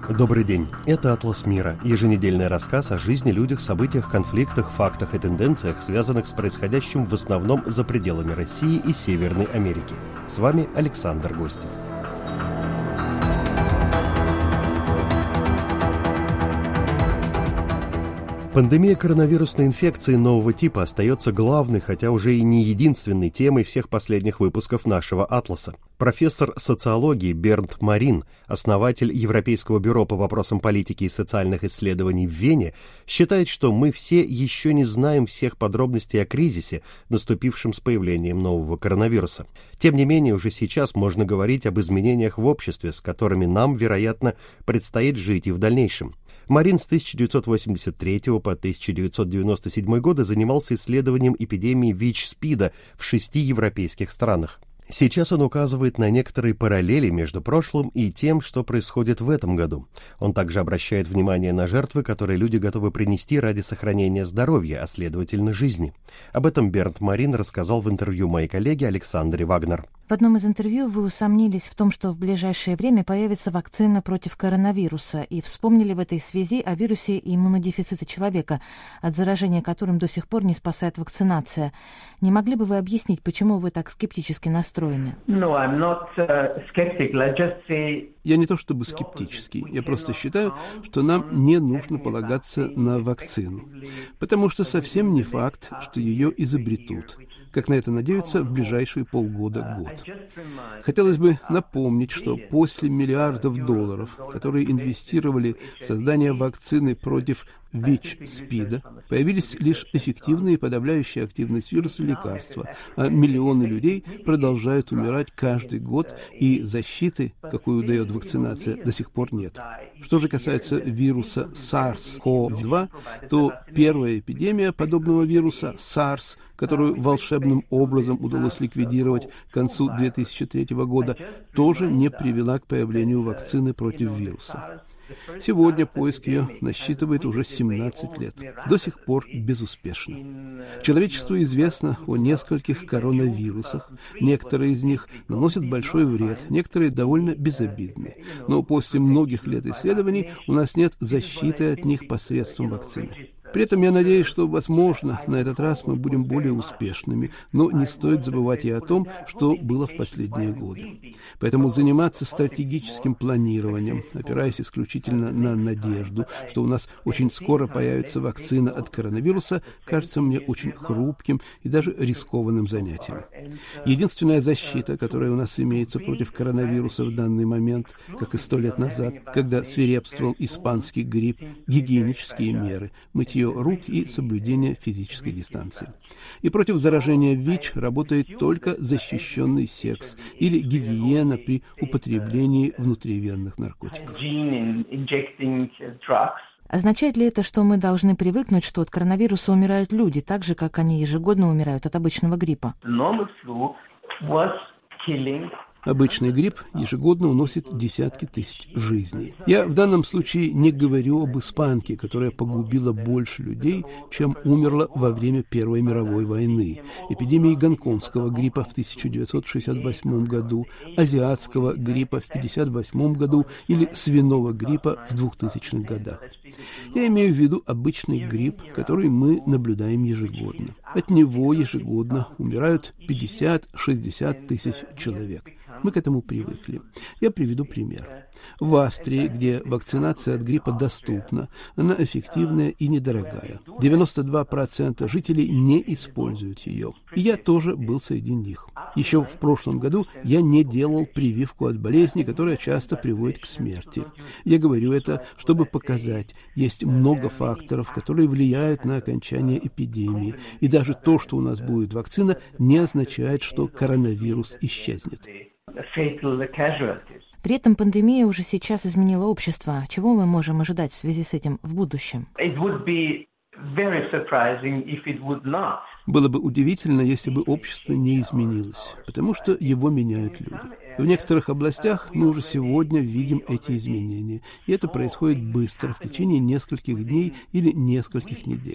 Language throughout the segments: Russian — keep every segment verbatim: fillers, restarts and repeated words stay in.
Добрый день. Это «Атлас мира», еженедельный рассказ о жизни, людях, событиях, конфликтах, фактах и тенденциях, связанных с происходящим в основном за пределами России и Северной Америки. С вами Александр Гостев. Пандемия коронавирусной инфекции нового типа остается главной, хотя уже и не единственной темой всех последних выпусков нашего «Атласа». Профессор социологии Бернт Марин, основатель Европейского бюро по вопросам политики и социальных исследований в Вене, считает, что мы все еще не знаем всех подробностей о кризисе, наступившем с появлением нового коронавируса. Тем не менее, уже сейчас можно говорить об изменениях в обществе, с которыми нам, вероятно, предстоит жить и в дальнейшем. Марин с тысяча девятьсот восемьдесят третьего по тысяча девятьсот девяносто седьмой годы занимался исследованием эпидемии ВИЧ-СПИДа в шести европейских странах. Сейчас он указывает на некоторые параллели между прошлым и тем, что происходит в этом году. Он также обращает внимание на жертвы, которые люди готовы принести ради сохранения здоровья, а следовательно жизни. Об этом Бернт Марин рассказал в интервью моей коллеге Александре Вагнер. В одном из интервью вы усомнились в том, что в ближайшее время появится вакцина против коронавируса, и вспомнили в этой связи о вирусе иммунодефицита человека, от заражения которым до сих пор не спасает вакцинация. Не могли бы вы объяснить, почему вы так скептически настроены? No, I'm not, uh, skeptical. I just say... Я не то чтобы скептический, я просто считаю, что нам не нужно полагаться на вакцину, потому что совсем не факт, что ее изобретут, как на это надеются в ближайшие полгода-год. Хотелось бы напомнить, что после миллиардов долларов, которые инвестировали в создание вакцины против ВИЧ-СПИДа, появились лишь эффективные, подавляющие активность вируса лекарства, а миллионы людей продолжают умирать каждый год, и защиты, какую дает вакцинация, до сих пор нет. Что же касается вируса SARS-си о ви два, то первая эпидемия подобного вируса SARS, которую волшебным образом удалось ликвидировать к концу две тысячи третьего года, тоже не привела к появлению вакцины против вируса. Сегодня поиск ее насчитывает уже семнадцать лет, до сих пор безуспешно. Человечеству известно о нескольких коронавирусах, некоторые из них наносят большой вред, некоторые довольно безобидны, но после многих лет исследований у нас нет защиты от них посредством вакцины. При этом я надеюсь, что, возможно, на этот раз мы будем более успешными, но не стоит забывать и о том, что было в последние годы. Поэтому заниматься стратегическим планированием, опираясь исключительно на надежду, что у нас очень скоро появится вакцина от коронавируса, кажется мне очень хрупким и даже рискованным занятием. Единственная защита, которая у нас имеется против коронавируса в данный момент, как и сто лет назад, когда свирепствовал испанский грипп, гигиенические меры, мытье рук и соблюдение физической дистанции. И против заражения ВИЧ работает только защищенный секс или гигиена при употреблении внутривенных наркотиков. Означает ли это, что мы должны привыкнуть, что от коронавируса умирают люди, так же, как они ежегодно умирают от обычного гриппа? Обычный грипп ежегодно уносит десятки тысяч жизней. Я в данном случае не говорю об испанке, которая погубила больше людей, чем умерло во время Первой мировой войны, эпидемии гонконгского гриппа в тысяча девятьсот шестьдесят восьмом году, азиатского гриппа в пятьдесят восьмом году или свиного гриппа в двухтысячных годах. Я имею в виду обычный грипп, который мы наблюдаем ежегодно. От него ежегодно умирают пятьдесят-шестьдесят тысяч человек. Мы к этому привыкли. Я приведу пример. В Австрии, где вакцинация от гриппа доступна, она эффективная и недорогая. девяносто два процента жителей не используют ее. И я тоже был среди них. Еще в прошлом году я не делал прививку от болезни, которая часто приводит к смерти. Я говорю это, чтобы показать, есть много факторов, которые влияют на окончание эпидемии. И даже то, что у нас будет вакцина, не означает, что коронавирус исчезнет. При этом пандемия уже сейчас изменила общество. Чего мы можем ожидать в связи с этим в будущем? Было бы удивительно, если бы общество не изменилось, потому что его меняют люди. В некоторых областях мы уже сегодня видим эти изменения, и это происходит быстро, в течение нескольких дней или нескольких недель.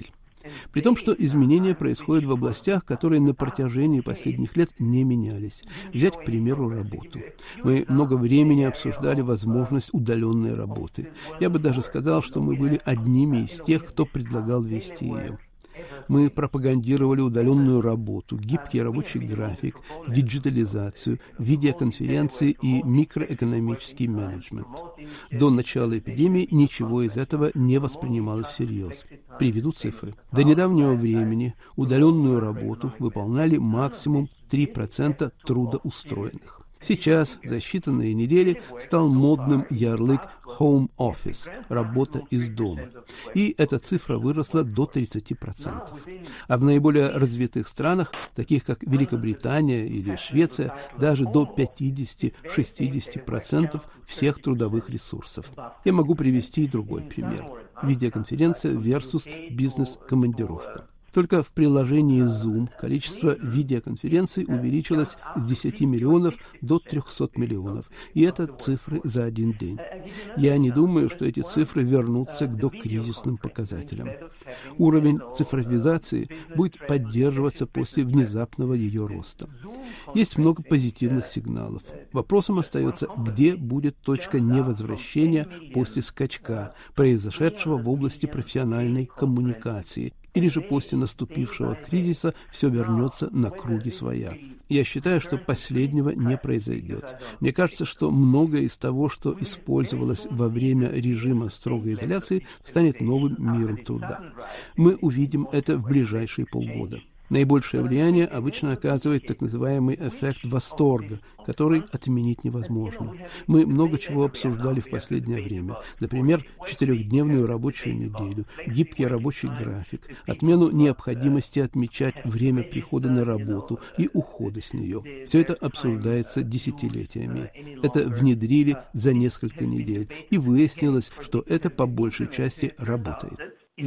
При том, что изменения происходят в областях, которые на протяжении последних лет не менялись. Взять, к примеру, работу. Мы много времени обсуждали возможность удаленной работы. Я бы даже сказал, что мы были одними из тех, кто предлагал ввести ее. Мы пропагандировали удаленную работу, гибкий рабочий график, диджитализацию, видеоконференции и микроэкономический менеджмент. До начала эпидемии ничего из этого не воспринималось всерьез. Приведу цифры. До недавнего времени удаленную работу выполняли максимум три процента трудоустроенных. Сейчас, за считанные недели, стал модным ярлык «home office» – работа из дома. И эта цифра выросла до тридцати процентов. А в наиболее развитых странах, таких как Великобритания или Швеция, даже до пятидесяти-шестидесяти процентов всех трудовых ресурсов. Я могу привести и другой пример. Видеоконференция versus бизнес-командировка. Только в приложении Zoom количество видеоконференций увеличилось с десяти миллионов до трехсот миллионов. И это цифры за один день. Я не думаю, что эти цифры вернутся к докризисным показателям. Уровень цифровизации будет поддерживаться после внезапного ее роста. Есть много позитивных сигналов. Вопросом остается, где будет точка невозвращения после скачка, произошедшего в области профессиональной коммуникации, или же после наступившего кризиса все вернется на круги своя. Я считаю, что последнего не произойдет. Мне кажется, что многое из того, что использовалось во время режима строгой изоляции, станет новым миром труда. Мы увидим это в ближайшие полгода. Наибольшее влияние обычно оказывает так называемый эффект восторга, который отменить невозможно. Мы много чего обсуждали в последнее время. Например, четырехдневную рабочую неделю, гибкий рабочий график, отмену необходимости отмечать время прихода на работу и ухода с нее. Все это обсуждается десятилетиями. Это внедрили за несколько недель, и выяснилось, что это по большей части работает.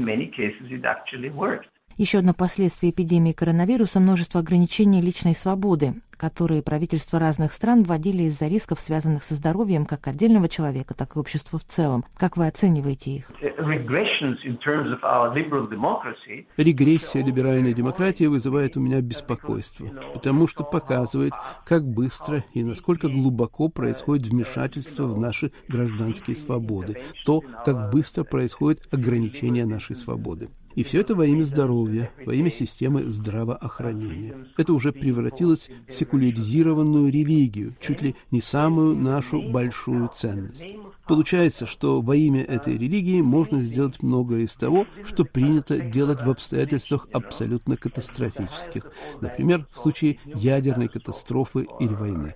Еще одно последствие эпидемии коронавируса – множество ограничений личной свободы, которые правительства разных стран вводили из-за рисков, связанных со здоровьем как отдельного человека, так и общества в целом. Как вы оцениваете их? Регрессия либеральной демократии вызывает у меня беспокойство, потому что показывает, как быстро и насколько глубоко происходит вмешательство в наши гражданские свободы, то, как быстро происходит ограничение нашей свободы. И все это во имя здоровья, во имя системы здравоохранения. Это уже превратилось в секуляризированную религию, чуть ли не самую нашу большую ценность. Получается, что во имя этой религии можно сделать многое из того, что принято делать в обстоятельствах абсолютно катастрофических, например, в случае ядерной катастрофы или войны.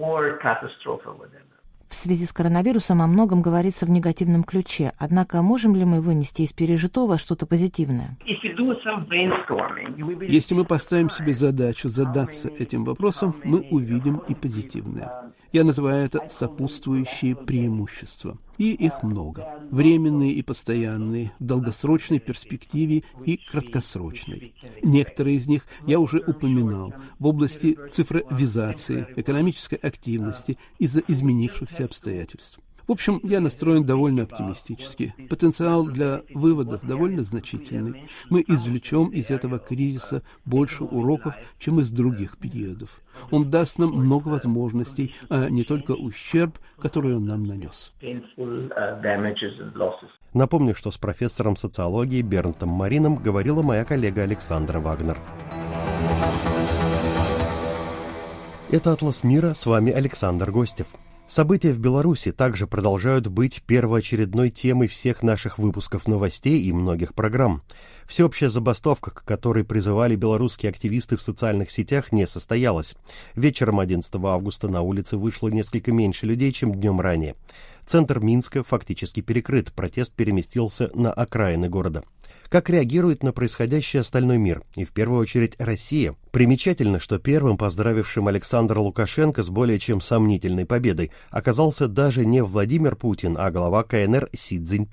В связи с коронавирусом о многом говорится в негативном ключе. Однако можем ли мы вынести из пережитого что-то позитивное? Если мы поставим себе задачу задаться этим вопросом, мы увидим и позитивное. Я называю это сопутствующие преимущества. И их много. Временные и постоянные, в долгосрочной перспективе и краткосрочной. Некоторые из них я уже упоминал в области цифровизации, экономической активности из-за изменившихся обстоятельств. В общем, я настроен довольно оптимистически. Потенциал для выводов довольно значительный. Мы извлечем из этого кризиса больше уроков, чем из других периодов. Он даст нам много возможностей, а не только ущерб, который он нам нанес. Напомню, что с профессором социологии Бернтом Марином говорила моя коллега Александра Вагнер. Это «Атлас мира», с вами Александр Гостев. События в Беларуси также продолжают быть первоочередной темой всех наших выпусков новостей и многих программ. Всеобщая забастовка, к которой призывали белорусские активисты в социальных сетях, не состоялась. Вечером одиннадцатого августа на улице вышло несколько меньше людей, чем днем ранее. Центр Минска фактически перекрыт, протест переместился на окраины города. Как реагирует на происходящее остальной мир, и в первую очередь Россия? Примечательно, что первым поздравившим Александра Лукашенко с более чем сомнительной победой оказался даже не Владимир Путин, а глава ка эн эр Си Цзиньпин.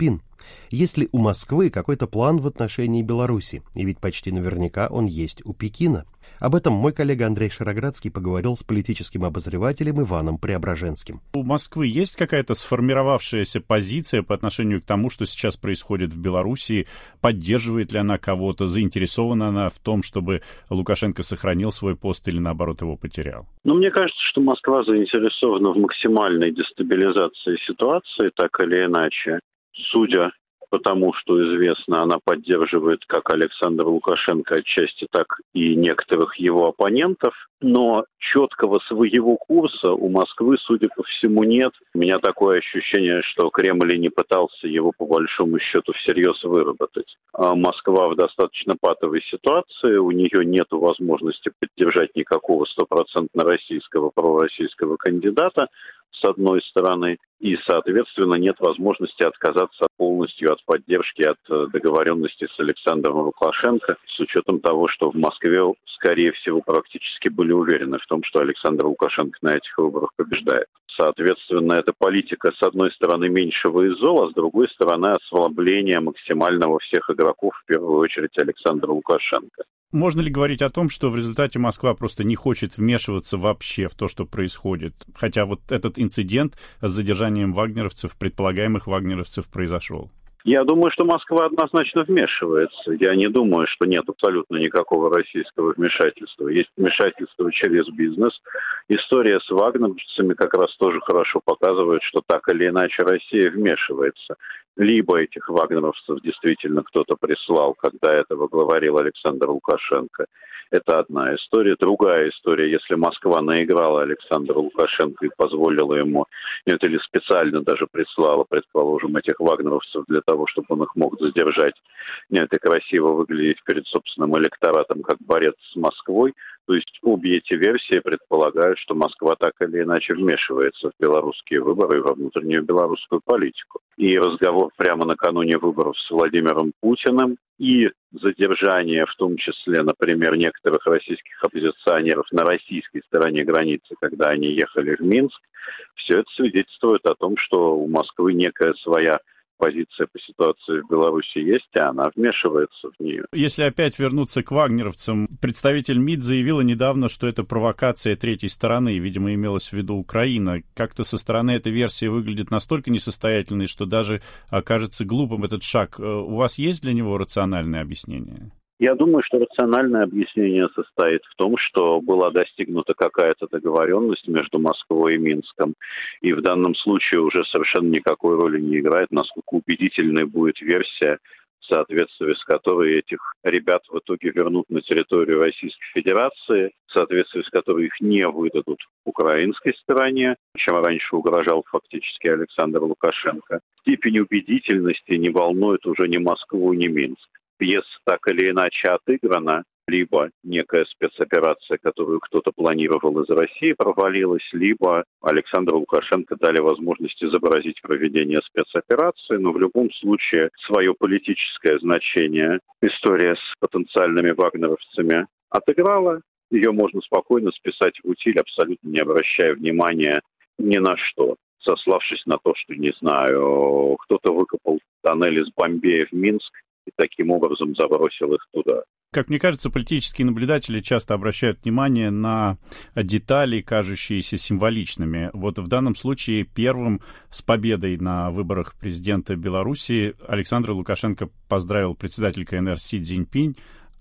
Есть ли у Москвы какой-то план в отношении Беларуси? И ведь почти наверняка он есть у Пекина. Об этом мой коллега Андрей Шароградский поговорил с политическим обозревателем Иваном Преображенским. У Москвы есть какая-то сформировавшаяся позиция по отношению к тому, что сейчас происходит в Беларуси? Поддерживает ли она кого-то? Заинтересована она в том, чтобы Лукашенко сохранил свой пост или, наоборот, его потерял? Ну, мне кажется, что Москва заинтересована в максимальной дестабилизации ситуации, так или иначе. Судя по тому, что известно, она поддерживает как Александра Лукашенко отчасти, так и некоторых его оппонентов. Но четкого своего курса у Москвы, судя по всему, нет. У меня такое ощущение, что Кремль и не пытался его, по большому счету, всерьез выработать. А Москва в достаточно патовой ситуации, у нее нет возможности поддержать никакого стопроцентно российского, пророссийского кандидата, с одной стороны, и, соответственно, нет возможности отказаться полностью от поддержки, от договоренности с Александром Лукашенко, с учетом того, что в Москве, скорее всего, практически были уверены в том, что Александр Лукашенко на этих выборах побеждает. Соответственно, это политика, с одной стороны, меньшего из зол, а с другой стороны, ослабления максимального всех игроков, в первую очередь Александра Лукашенко. Можно ли говорить о том, что в результате Москва просто не хочет вмешиваться вообще в то, что происходит? Хотя вот этот инцидент с задержанием вагнеровцев, предполагаемых вагнеровцев, произошел. Я думаю, что Москва однозначно вмешивается. Я не думаю, что нет абсолютно никакого российского вмешательства. Есть вмешательство через бизнес. История с вагнеровцами как раз тоже хорошо показывает, что так или иначе Россия вмешивается. Либо этих вагнеровцев действительно кто-то прислал, когда этого говорил Александр Лукашенко. Это одна история. Другая история, если Москва наиграла Александру Лукашенко и позволила ему, нет, или специально даже прислала, предположим, этих вагнеровцев для того, чтобы он их мог задержать, нет, и красиво выглядеть перед собственным электоратом как борец с Москвой. То есть обе эти версии предполагают, что Москва так или иначе вмешивается в белорусские выборы и во внутреннюю белорусскую политику. И разговор прямо накануне выборов с Владимиром Путиным и задержание, в том числе, например, некоторых российских оппозиционеров на российской стороне границы, когда они ехали в Минск, все это свидетельствует о том, что у Москвы некая своя позиция по ситуации в Беларуси есть, а она вмешивается в нее. Если опять вернуться к вагнеровцам, представитель МИД заявила недавно, что это провокация третьей стороны, видимо, имелось в виду Украина. Как-то со стороны эта версия выглядит настолько несостоятельной, что даже окажется глупым этот шаг. У вас есть для него рациональное объяснение? Я думаю, что рациональное объяснение состоит в том, что была достигнута какая-то договоренность между Москвой и Минском, и в данном случае уже совершенно никакой роли не играет, насколько убедительной будет версия, в соответствии с которой этих ребят в итоге вернут на территорию Российской Федерации, в соответствии с которой их не выдадут украинской стороне, чем раньше угрожал фактически Александр Лукашенко. Степень убедительности не волнует уже ни Москву, ни Минск. Пьеса так или иначе отыграна, либо некая спецоперация, которую кто-то планировал из России, провалилась, либо Александру Лукашенко дали возможность изобразить проведение спецоперации, но в любом случае свое политическое значение история с потенциальными вагнеровцами отыграла. Ее можно спокойно списать в утиль, абсолютно не обращая внимания ни на что, сославшись на то, что, не знаю, кто-то выкопал тоннель из Бомбея в Минск и таким образом забросил их туда. Как мне кажется, политические наблюдатели часто обращают внимание на детали, кажущиеся символичными. Вот в данном случае первым с победой на выборах президента Беларуси Александр Лукашенко поздравил председатель КНР Си Цзиньпинь,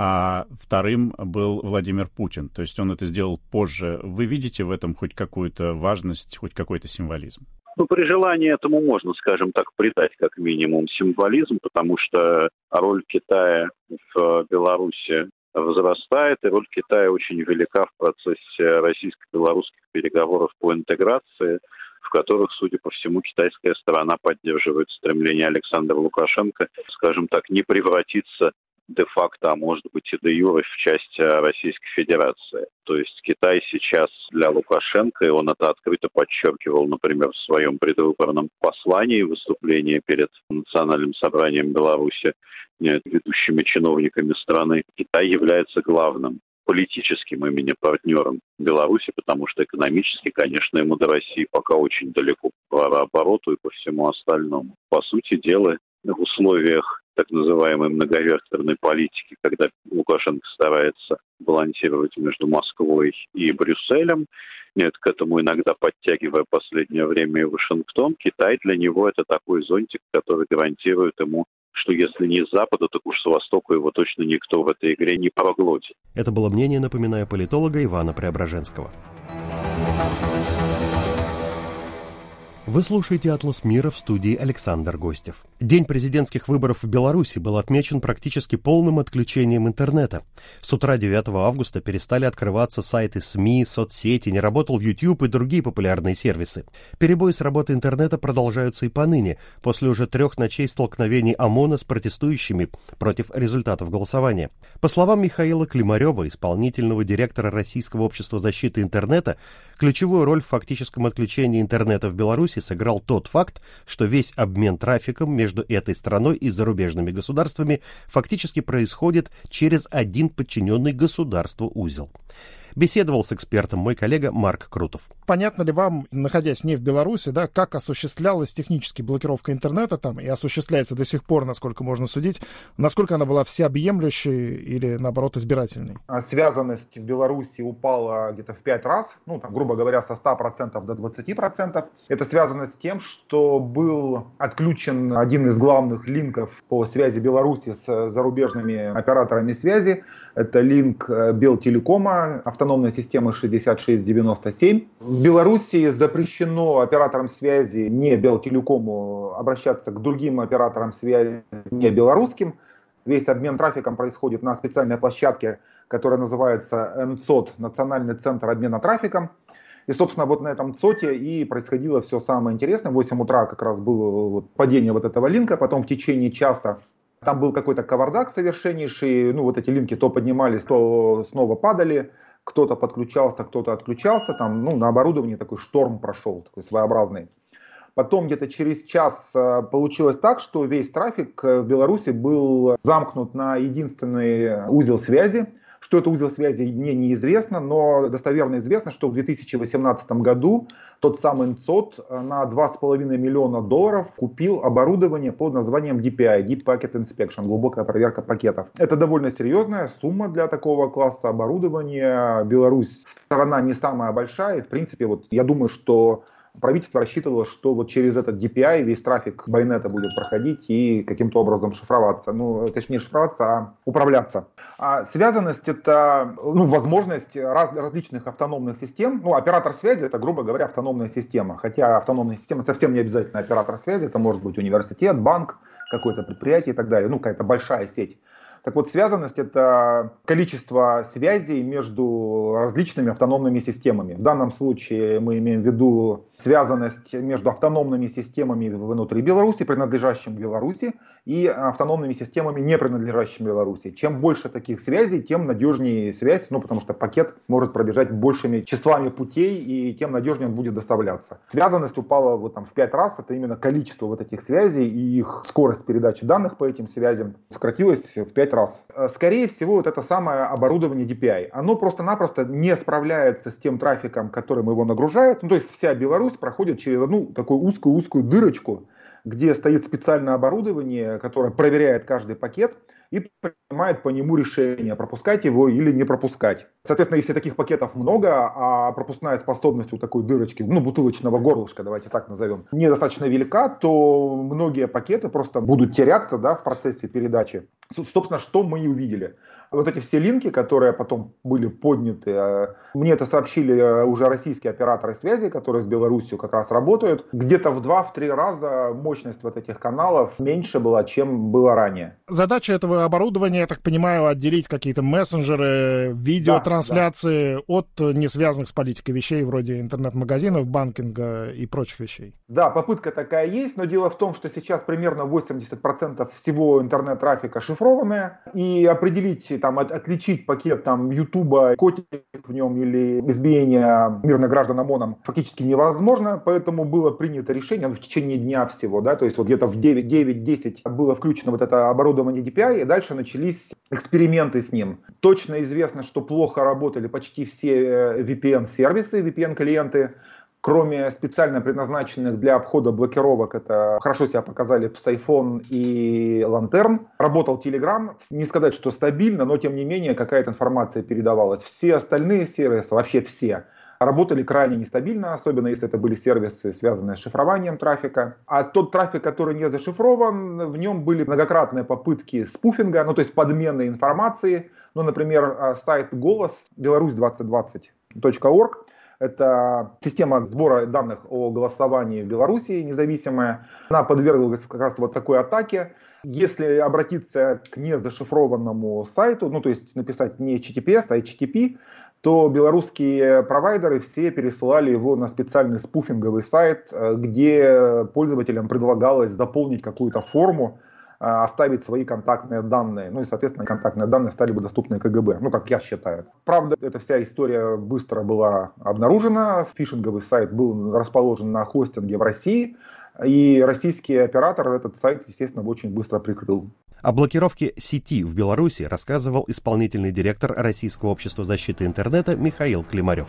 а вторым был Владимир Путин. То есть он это сделал позже. Вы видите в этом хоть какую-то важность, хоть какой-то символизм? Ну, при желании этому можно, скажем так, придать как минимум символизм, потому что роль Китая в Беларуси возрастает, и роль Китая очень велика в процессе российско-белорусских переговоров по интеграции, в которых, судя по всему, китайская сторона поддерживает стремление Александра Лукашенко, скажем так, не превратиться де-факто, а может быть и де-юре в часть Российской Федерации. То есть Китай сейчас для Лукашенко, и он это открыто подчеркивал, например, в своем предвыборном послании, выступлении перед Национальным собранием Беларуси, ведущими чиновниками страны, Китай является главным политическим именно партнером Беларуси, потому что экономически, конечно, ему до России пока очень далеко по обороту и по всему остальному. По сути дела, в условиях так называемой многовекторной политики, когда Лукашенко старается балансировать между Москвой и Брюсселем, нет, к этому иногда подтягивая в последнее время и Вашингтон, Китай для него это такой зонтик, который гарантирует ему, что если не с Запада, то уж с Востока его точно никто в этой игре не проглотит. Это было мнение, напоминаю, политолога Ивана Преображенского. Вы слушаете «Атлас мира», в студии Александр Гостев. День президентских выборов в Беларуси был отмечен практически полным отключением интернета. С утра девятого августа перестали открываться сайты СМИ, соцсети, не работал YouTube и другие популярные сервисы. Перебои с работы интернета продолжаются и поныне, после уже трех ночей столкновений ОМОНа с протестующими против результатов голосования. По словам Михаила Климарева, исполнительного директора Российского общества защиты интернета, ключевую роль в фактическом отключении интернета в Беларуси сыграл тот факт, что весь обмен трафиком между этой страной и зарубежными государствами фактически происходит через один подчиненный государству узел. Беседовал с экспертом мой коллега Марк Крутов. Понятно ли вам, находясь не в Беларуси, да, как осуществлялась технически блокировка интернета там и осуществляется до сих пор, насколько можно судить, насколько она была всеобъемлющей или, наоборот, избирательной? Связанность в Беларуси упала где-то в пять раз, ну, там, грубо говоря, со ста процентов до двадцати процентов. Это связано с тем, что был отключен один из главных линков по связи Беларуси с зарубежными операторами связи. Это линк Белтелекома, автономной системы шестьдесят шесть девяносто семь. В Беларуси запрещено операторам связи не Белтелекому обращаться к другим операторам связи не белорусским. Весь обмен трафиком происходит на специальной площадке, которая называется эм цот, Национальный центр обмена трафиком. И, собственно, вот на этом ЦОТе и происходило все самое интересное. В восемь утра как раз было вот падение вот этого линка, потом в течение часа там был какой-то кавардак совершеннейший, ну вот эти линки то поднимались, то снова падали, кто-то подключался, кто-то отключался, там, ну, на оборудовании такой шторм прошел, такой своеобразный. Потом где-то через час получилось так, что весь трафик в Беларуси был замкнут на единственный узел связи. Что это узел связи, мне неизвестно, но достоверно известно, что в две тысячи восемнадцатом году тот самый эм цот на два с половиной миллиона долларов купил оборудование под названием ди пи ай, Deep Packet Inspection, глубокая проверка пакетов. Это довольно серьезная сумма для такого класса оборудования. Беларусь страна не самая большая, и в принципе, вот я думаю, что правительство рассчитывало, что вот через этот ди пи ай весь трафик байнета будет проходить и каким-то образом шифроваться. Ну, точнее, шифроваться, а управляться. А связанность — это, ну, возможность раз, различных автономных систем. Ну, оператор связи — это, грубо говоря, автономная система. Хотя автономная система совсем не обязательно оператор связи. Это может быть университет, банк, какое-то предприятие и так далее. Ну, какая-то большая сеть. Так вот, связанность — это количество связей между различными автономными системами. В данном случае мы имеем в виду связанность между автономными системами внутри Беларуси, принадлежащими Беларуси, и автономными системами, не принадлежащими Беларуси. Чем больше таких связей, тем надежнее связь, ну, потому что пакет может пробежать большими числами путей, и тем надежнее он будет доставляться. Связанность упала вот там в пять раз, это именно количество вот этих связей, и их скорость передачи данных по этим связям сократилась в пять раз. Скорее всего, вот это самое оборудование ди пи ай, оно просто-напросто не справляется с тем трафиком, которым его нагружают. Ну, то есть вся Беларусь проходит через одну такую узкую-узкую дырочку, где стоит специальное оборудование, которое проверяет каждый пакет и принимает по нему решение, пропускать его или не пропускать. Соответственно, если таких пакетов много, а пропускная способность у такой дырочки, ну, бутылочного горлышка, давайте так назовем, недостаточно велика, то многие пакеты просто будут теряться, да, в процессе передачи. Собственно, что мы и увидели. Вот эти все линки, которые потом были подняты, мне это сообщили уже российские операторы связи, которые с Беларусью как раз работают. Где-то в два-три раза мощность вот этих каналов меньше была, чем было ранее. Задача этого оборудования, я так понимаю, отделить какие-то мессенджеры, видеотрансляции, да, да, от не связанных с политикой вещей, вроде интернет-магазинов, банкинга и прочих вещей. Да, попытка такая есть, но дело в том, что сейчас примерно восемьдесят процентов всего интернет-трафика шифрованное, и определить, там, от, отличить пакет там Ютуба, котик в нем или избиение мирных граждан ОМОНом фактически невозможно, поэтому было принято решение, ну, в течение дня всего, да, то есть вот где-то в девять-десять было включено вот это оборудование ди пи ай, и дальше начались эксперименты с ним. Точно известно, что плохо работали почти все ви пи эн-сервисы, ви пи эн-клиенты. Кроме специально предназначенных для обхода блокировок, это хорошо себя показали Псайфон и Лантерн. Работал Telegram. Не сказать, что стабильно, но тем не менее какая-то информация передавалась. Все остальные сервисы, вообще все, работали крайне нестабильно, особенно если это были сервисы, связанные с шифрованием трафика. А тот трафик, который не зашифрован, в нем были многократные попытки спуфинга, ну то есть подмены информации. Ну, например, сайт «Голос» беларусь двадцать двадцать точка орг. Это система сбора данных о голосовании в Беларуси независимая. Она подверглась как раз вот такой атаке. Если обратиться к незашифрованному сайту, ну то есть написать не эйч ти ти пи эс, а эйч ти ти пи, то белорусские провайдеры все пересылали его на специальный спуфинговый сайт, где пользователям предлагалось заполнить какую-то форму, оставить свои контактные данные. Ну и, соответственно, контактные данные стали бы доступны ка гэ бэ. Ну, как я считаю. Правда, эта вся история быстро была обнаружена. Фишинговый сайт был расположен на хостинге в России. И российский оператор этот сайт, естественно, очень быстро прикрыл. О блокировке сети в Беларуси рассказывал исполнительный директор Российского общества защиты интернета Михаил Климарев.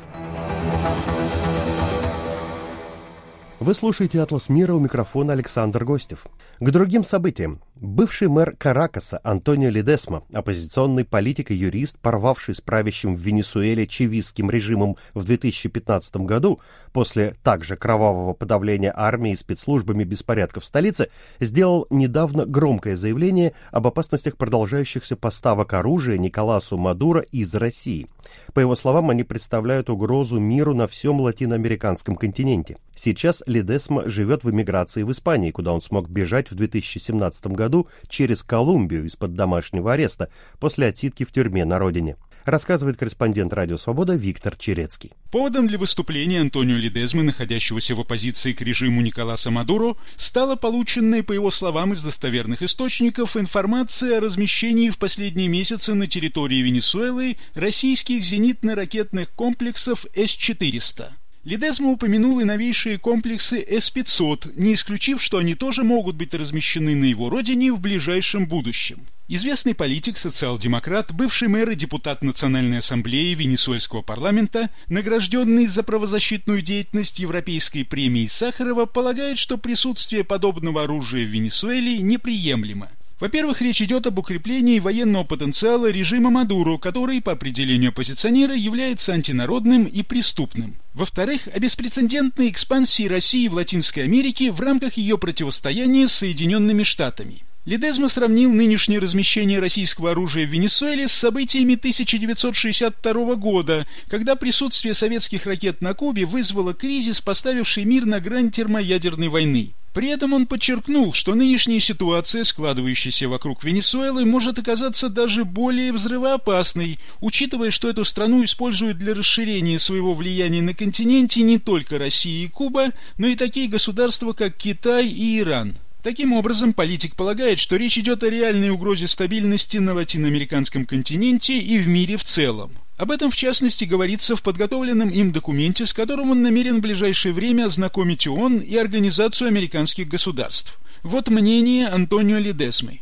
Вы слушаете «Атлас мира», у микрофона Александр Гостев. К другим событиям. Бывший мэр Каракаса Антонио Ледесма, оппозиционный политик и юрист, порвавший с правящим в Венесуэле чавистским режимом в две тысячи пятнадцатом году, после также кровавого подавления армии и спецслужбами беспорядков в столице, сделал недавно громкое заявление об опасностях продолжающихся поставок оружия Николасу Мадуро из России. По его словам, они представляют угрозу миру на всем латиноамериканском континенте. Сейчас Ледесма живет в эмиграции в Испании, куда он смог бежать в две тысячи семнадцатом году через Колумбию из-под домашнего ареста после отсидки в тюрьме на родине. Рассказывает корреспондент «Радио Свобода» Виктор Черецкий. Поводом для выступления Антонио Ледесмы, находящегося в оппозиции к режиму Николаса Мадуро, стала полученная, по его словам, из достоверных источников информация о размещении в последние месяцы на территории Венесуэлы российских зенитно-ракетных комплексов эс четыреста. Ледесма упомянул и новейшие комплексы эс пятьсот, не исключив, что они тоже могут быть размещены на его родине в ближайшем будущем. Известный политик, социал-демократ, бывший мэр и депутат Национальной ассамблеи Венесуэльского парламента, награжденный за правозащитную деятельность Европейской премией Сахарова, полагает, что присутствие подобного оружия в Венесуэле неприемлемо. Во-первых, речь идет об укреплении военного потенциала режима Мадуро, который, по определению оппозиционера, является антинародным и преступным. Во-вторых, о беспрецедентной экспансии России в Латинской Америке в рамках ее противостояния с Соединенными Штатами. Ледесма сравнил нынешнее размещение российского оружия в Венесуэле с событиями тысяча девятьсот шестьдесят второго года, когда присутствие советских ракет на Кубе вызвало кризис, поставивший мир на грань термоядерной войны. При этом он подчеркнул, что нынешняя ситуация, складывающаяся вокруг Венесуэлы, может оказаться даже более взрывоопасной, учитывая, что эту страну используют для расширения своего влияния на континенте не только Россия и Куба, но и такие государства, как Китай и Иран. Таким образом, политик полагает, что речь идет о реальной угрозе стабильности на латиноамериканском континенте и в мире в целом. Об этом, в частности, говорится в подготовленном им документе, с которым он намерен в ближайшее время ознакомить ООН и Организацию американских государств. Вот мнение Антонио Ледесмы.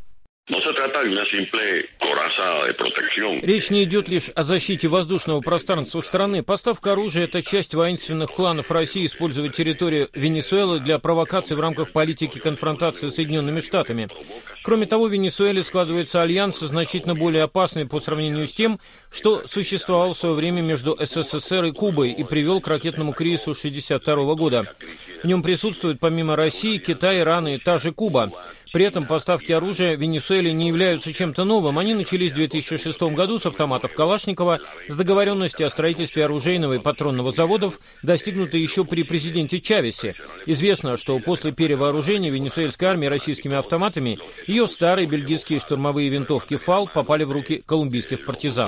Речь не идет лишь о защите воздушного пространства страны. Поставка оружия – это часть воинственных планов России использовать территорию Венесуэлы для провокаций в рамках политики конфронтации с Соединенными Штатами. Кроме того, в Венесуэле складывается альянс, значительно более опасный по сравнению с тем, что существовал в свое время между эс эс эс эр и Кубой и привел к ракетному кризису шестьдесят второго года. В нем присутствуют помимо России, Китай, Иран и та же Куба. При этом поставки оружия в Венесуэле не являются чем-то новым. Они начались в две тысячи шестом году с автоматов Калашникова, с договоренности о строительстве оружейного и патронного заводов, достигнутой еще при президенте Чавесе. Известно, что после перевооружения венесуэльской армии российскими автоматами ее старые бельгийские штурмовые винтовки ФАЛ попали в руки колумбийских партизан.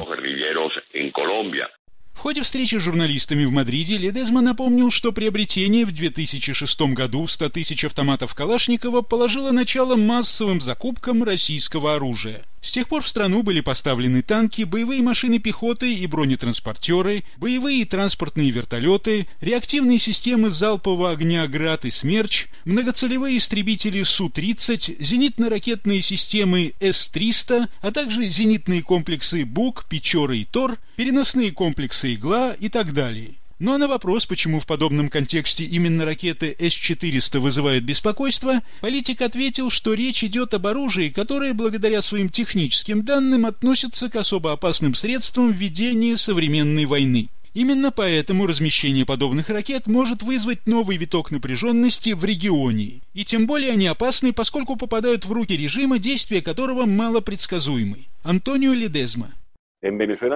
В ходе встречи с журналистами в Мадриде Ледесма напомнил, что приобретение в две тысячи шестом году ста тысяч автоматов Калашникова положило начало массовым закупкам российского оружия. С тех пор в страну были поставлены танки, боевые машины пехоты и бронетранспортеры, боевые и транспортные вертолеты, реактивные системы залпового огня «Град» и «Смерч», многоцелевые истребители Су тридцать, зенитно-ракетные системы Эс триста, а также зенитные комплексы «Бук», «Печора» и «Тор», переносные комплексы «Игла» и так далее. Ну а на вопрос, почему в подобном контексте именно ракеты эс четыреста вызывают беспокойство, политик ответил, что речь идет об оружии, которое благодаря своим техническим данным относится к особо опасным средствам ведения современной войны. Именно поэтому размещение подобных ракет может вызвать новый виток напряженности в регионе. И тем более они опасны, поскольку попадают в руки режима, действия которого малопредсказуемы. Антонио Ледезма. В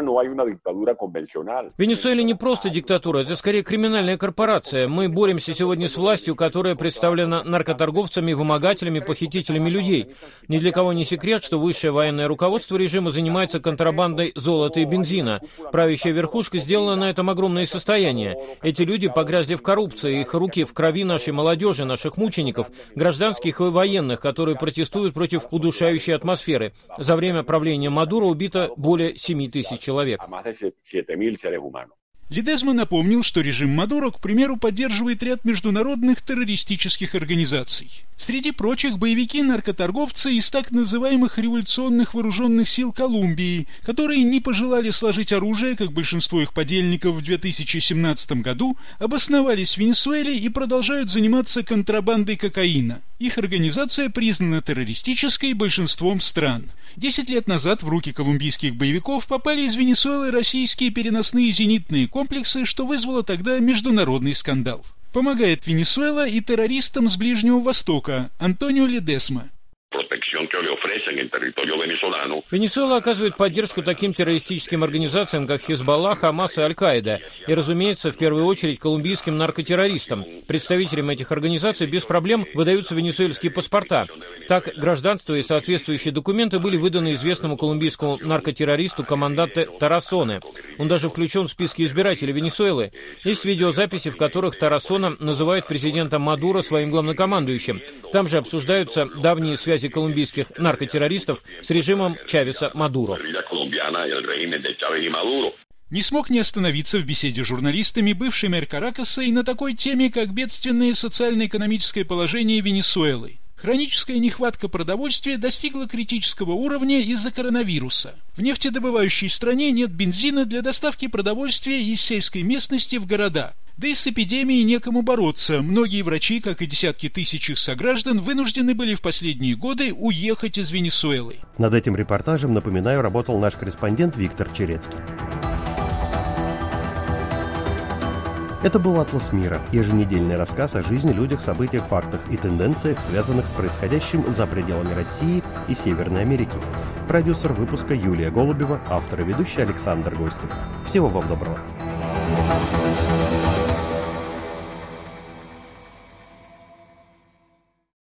Венесуэле не просто диктатура, это скорее криминальная корпорация. Мы боремся сегодня с властью, которая представлена наркоторговцами, вымогателями, похитителями людей. Ни для кого не секрет, что высшее военное руководство режима занимается контрабандой золота и бензина. Правящая верхушка сделала на этом огромное состояние. Эти люди погрязли в коррупции, их руки в крови нашей молодежи, наших мучеников, гражданских и военных, которые протестуют против удушающей атмосферы. За время правления Мадуро убито более семи тысяч человек. Ледезма напомнил, что режим Мадуро, к примеру, поддерживает ряд международных террористических организаций. Среди прочих боевики-наркоторговцы из так называемых революционных вооруженных сил Колумбии, которые не пожелали сложить оружие, как большинство их подельников в две тысячи семнадцатом году, обосновались в Венесуэле и продолжают заниматься контрабандой кокаина. Их организация признана террористической большинством стран. Десять лет назад в руки колумбийских боевиков попали из Венесуэлы российские переносные зенитные комплексы, что вызвало тогда международный скандал. Помогает Венесуэла и террористам с Ближнего Востока. Антонио Ледезма. Венесуэла оказывает поддержку таким террористическим организациям, как Хизбалла, Хамас и Аль-Каида, и, разумеется, в первую очередь колумбийским наркотеррористам. Представителям этих организаций без проблем выдаются венесуэльские паспорта. Так, гражданство и соответствующие документы были выданы известному колумбийскому наркотеррористу команданте Тарасоне. Он даже включен в списки избирателей Венесуэлы. Есть видеозаписи, в которых Тарасона называет президента Мадуро своим главнокомандующим. Там же обсуждаются давние связи колумбийских наркотеррористов с режимом Чавеса Мадуро. Не смог не остановиться в беседе с журналистами бывший мэр Каракаса и на такой теме, как бедственное социально-экономическое положение Венесуэлы. Хроническая нехватка продовольствия достигла критического уровня из-за коронавируса. В нефтедобывающей стране нет бензина для доставки продовольствия из сельской местности в города. Да и с эпидемией некому бороться. Многие врачи, как и десятки тысяч их сограждан, вынуждены были в последние годы уехать из Венесуэлы. Над этим репортажем, напоминаю, работал наш корреспондент Виктор Черецкий. Это был «Атлас мира» – еженедельный рассказ о жизни, людях, событиях, фактах и тенденциях, связанных с происходящим за пределами России и Северной Америки. Продюсер выпуска Юлия Голубева, автор и ведущий Александр Гостев. Всего вам доброго.